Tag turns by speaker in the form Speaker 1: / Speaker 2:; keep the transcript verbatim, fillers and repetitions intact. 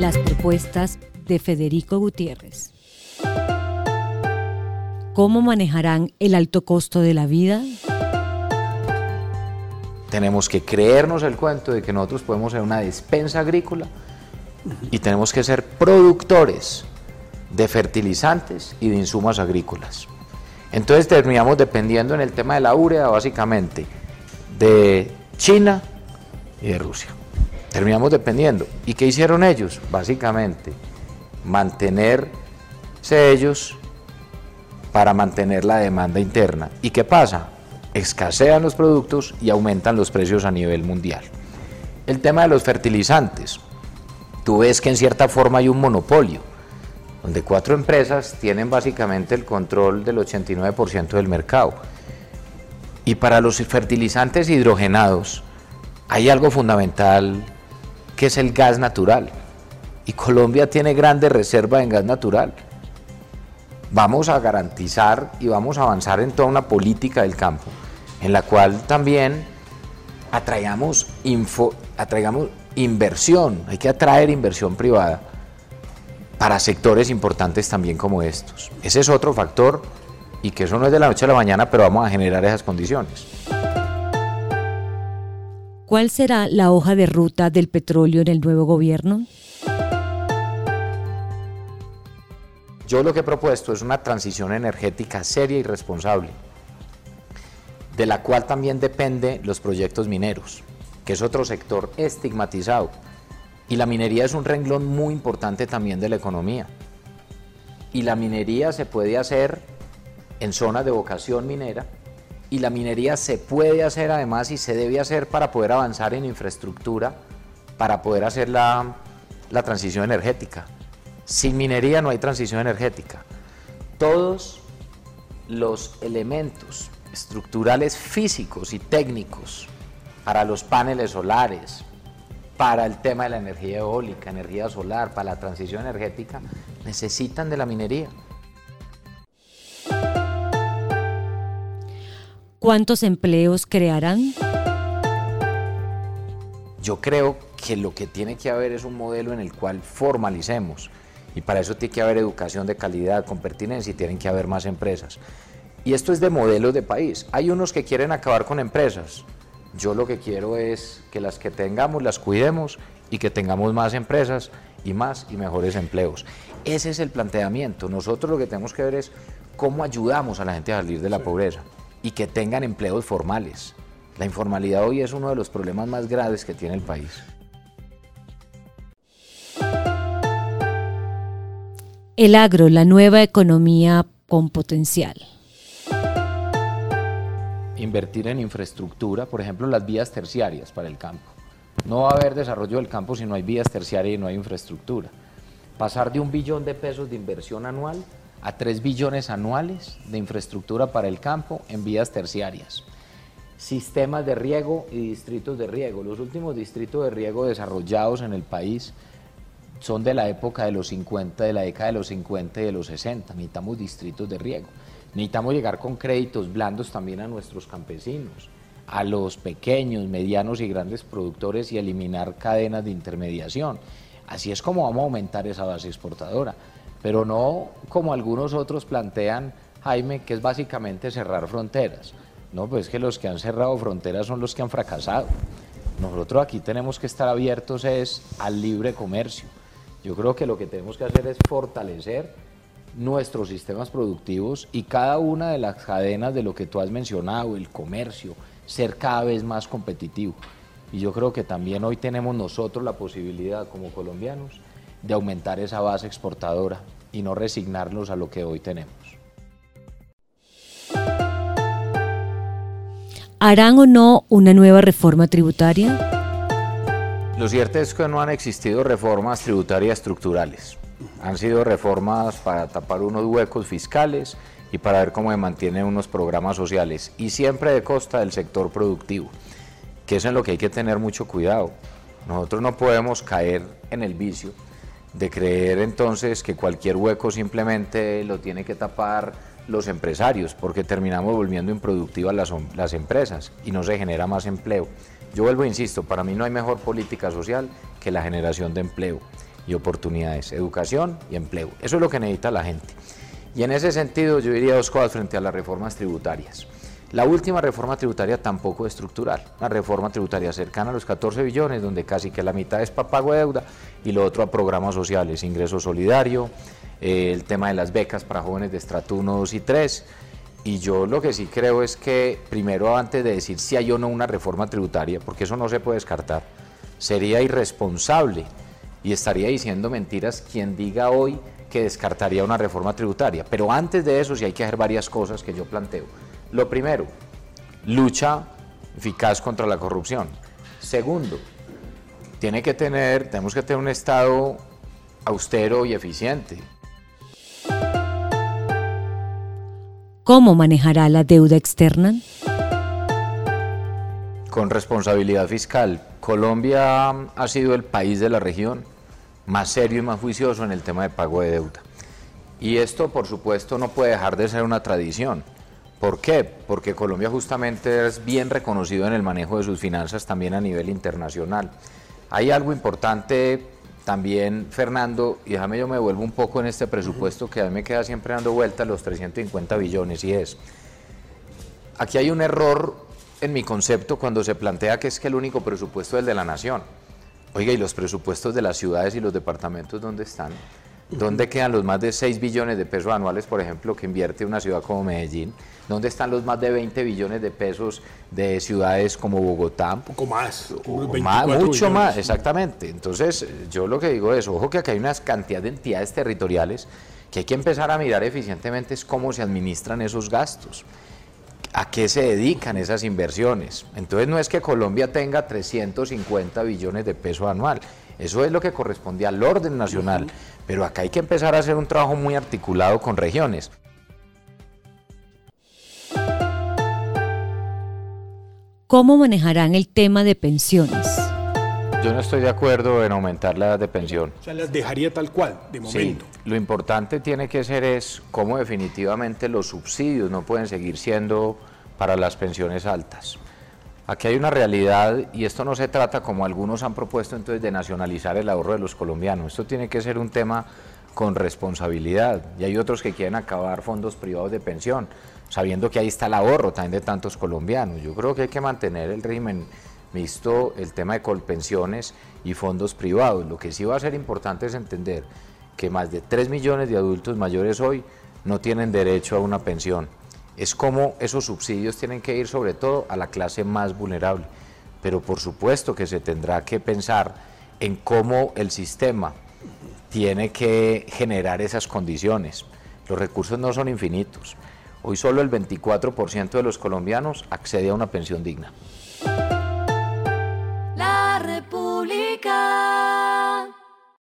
Speaker 1: Las propuestas de Federico Gutiérrez. ¿Cómo manejarán el alto costo de la vida?
Speaker 2: Tenemos que creernos el cuento de que nosotros podemos ser una despensa agrícola y tenemos que ser productores de fertilizantes y de insumos agrícolas. Entonces terminamos dependiendo en el tema de la urea básicamente de China y de Rusia. Terminamos dependiendo. ¿Y qué hicieron ellos? Básicamente mantenerse ellos para mantener la demanda interna. ¿Y qué pasa? Escasean los productos y aumentan los precios a nivel mundial. El tema de los fertilizantes. Tú ves que en cierta forma hay un monopolio, donde cuatro empresas tienen básicamente el control del ochenta y nueve por ciento del mercado. Y para los fertilizantes hidrogenados hay algo fundamental que es el gas natural. Y Colombia tiene grandes reservas en gas natural. Vamos a garantizar y vamos a avanzar en toda una política del campo, en la cual también atraigamos, info, atraigamos inversión, hay que atraer inversión privada para sectores importantes también como estos. Ese es otro factor y que eso no es de la noche a la mañana, pero vamos a generar esas condiciones.
Speaker 1: ¿Cuál será la hoja de ruta del petróleo en el nuevo gobierno?
Speaker 2: Yo lo que he propuesto es una transición energética seria y responsable, de la cual también dependen los proyectos mineros, que es otro sector estigmatizado. Y la minería es un renglón muy importante también de la economía. Y la minería se puede hacer en zonas de vocación minera, y la minería se puede hacer además y se debe hacer para poder avanzar en infraestructura, para poder hacer la, la transición energética. Sin minería no hay transición energética. Todos los elementos estructurales físicos y técnicos para los paneles solares, para el tema de la energía eólica, energía solar, para la transición energética, necesitan de la minería.
Speaker 1: ¿Cuántos empleos crearán?
Speaker 2: Yo creo que lo que tiene que haber es un modelo en el cual formalicemos. Y para eso tiene que haber educación de calidad, con pertinencia, y tienen que haber más empresas. Y esto es de modelos de país. Hay unos que quieren acabar con empresas. Yo lo que quiero es que las que tengamos las cuidemos y que tengamos más empresas y más y mejores empleos. Ese es el planteamiento. Nosotros lo que tenemos que ver es cómo ayudamos a la gente a salir de la pobreza y que tengan empleos formales. La informalidad hoy es uno de los problemas más graves que tiene el país.
Speaker 1: El agro, la nueva economía con potencial.
Speaker 2: Invertir en infraestructura, por ejemplo, las vías terciarias para el campo. No va a haber desarrollo del campo si no hay vías terciarias y no hay infraestructura. Pasar de un billón de pesos de inversión anual a tres billones anuales de infraestructura para el campo en vías terciarias. Sistemas de riego y distritos de riego. Los últimos distritos de riego desarrollados en el país son de la época de los cincuenta, de la década de los cincuenta y de los sesenta. Necesitamos distritos de riego. Necesitamos llegar con créditos blandos también a nuestros campesinos, a los pequeños, medianos y grandes productores y eliminar cadenas de intermediación. Así es como vamos a aumentar esa base exportadora, pero no como algunos otros plantean, Jaime, que es básicamente cerrar fronteras. No, pues que los que han cerrado fronteras son los que han fracasado. Nosotros aquí tenemos que estar abiertos es al libre comercio. Yo creo que lo que tenemos que hacer es fortalecer nuestros sistemas productivos y cada una de las cadenas de lo que tú has mencionado, el comercio, ser cada vez más competitivo. Y yo creo que también hoy tenemos nosotros la posibilidad como colombianos de aumentar esa base exportadora y no resignarnos a lo que hoy tenemos.
Speaker 1: ¿Harán o no una nueva reforma tributaria?
Speaker 2: Lo cierto es que no han existido reformas tributarias estructurales. Han sido reformas para tapar unos huecos fiscales y para ver cómo se mantienen unos programas sociales, y siempre de costa del sector productivo, que es en lo que hay que tener mucho cuidado. Nosotros no podemos caer en el vicio de creer entonces que cualquier hueco simplemente lo tiene que tapar los empresarios, porque terminamos volviendo improductivas las, las empresas y no se genera más empleo. Yo vuelvo e insisto, para mí no hay mejor política social que la generación de empleo. y oportunidades, educación y empleo. Eso es lo que necesita la gente. Y en ese sentido yo diría dos cosas frente a las reformas tributarias. La última reforma tributaria tampoco es estructural, una reforma tributaria cercana a los catorce billones, donde casi que la mitad es para pago de deuda y lo otro a programas sociales, ingreso solidario, eh, el tema de las becas para jóvenes de estrato uno, dos y tres. Y yo lo que sí creo es que, primero, antes de decir si hay o no una reforma tributaria, porque eso no se puede descartar, sería irresponsable y estaría diciendo mentiras quien diga hoy que descartaría una reforma tributaria. Pero antes de eso sí hay que hacer varias cosas que yo planteo. Lo primero, lucha eficaz contra la corrupción. Segundo, tiene que tener, tenemos que tener un Estado austero y eficiente.
Speaker 1: ¿Cómo manejará la deuda externa?
Speaker 2: Con responsabilidad fiscal. Colombia ha sido el país de la región más serio y más juicioso en el tema de pago de deuda. Y esto, por supuesto, no puede dejar de ser una tradición. ¿Por qué? Porque Colombia justamente es bien reconocido en el manejo de sus finanzas también a nivel internacional. Hay algo importante también, Fernando, y déjame yo me vuelvo un poco en este presupuesto que a mí me queda siempre dando vueltas los trescientos cincuenta billones, y es, aquí hay un error en mi concepto cuando se plantea que es que el único presupuesto es el de la nación. Oiga, ¿y los presupuestos de las ciudades y los departamentos dónde están? ¿Dónde quedan los más de seis billones de pesos anuales, por ejemplo, que invierte una ciudad como Medellín? ¿Dónde están los más de veinte billones de pesos de ciudades como Bogotá?
Speaker 3: Un poco más,
Speaker 2: o más mucho billones. Más, exactamente. Entonces, yo lo que digo es, ojo que acá hay una cantidad de entidades territoriales que hay que empezar a mirar eficientemente es cómo se administran esos gastos, a qué se dedican esas inversiones. Entonces, no es que Colombia tenga trescientos cincuenta billones de pesos anual, eso es lo que corresponde al orden nacional, uh-huh. Pero acá hay que empezar a hacer un trabajo muy articulado con regiones.
Speaker 1: ¿Cómo manejarán el tema de pensiones?
Speaker 2: Yo no estoy de acuerdo en aumentar la edad de pensión.
Speaker 3: O sea, las dejaría tal cual, de momento.
Speaker 2: Sí, lo importante tiene que ser es cómo definitivamente los subsidios no pueden seguir siendo para las pensiones altas. Aquí hay una realidad, y esto no se trata, como algunos han propuesto, entonces, de nacionalizar el ahorro de los colombianos. Esto tiene que ser un tema con responsabilidad, y hay otros que quieren acabar fondos privados de pensión, sabiendo que ahí está el ahorro también de tantos colombianos. Yo creo que hay que mantener el régimen mixto, el tema de colpensiones y fondos privados. Lo que sí va a ser importante es entender que más de tres millones de adultos mayores hoy no tienen derecho a una pensión. Es como esos subsidios tienen que ir sobre todo a la clase más vulnerable, pero por supuesto que se tendrá que pensar en cómo el sistema tiene que generar esas condiciones. Los recursos no son infinitos. Hoy solo el veinticuatro por ciento de los colombianos accede a una pensión digna.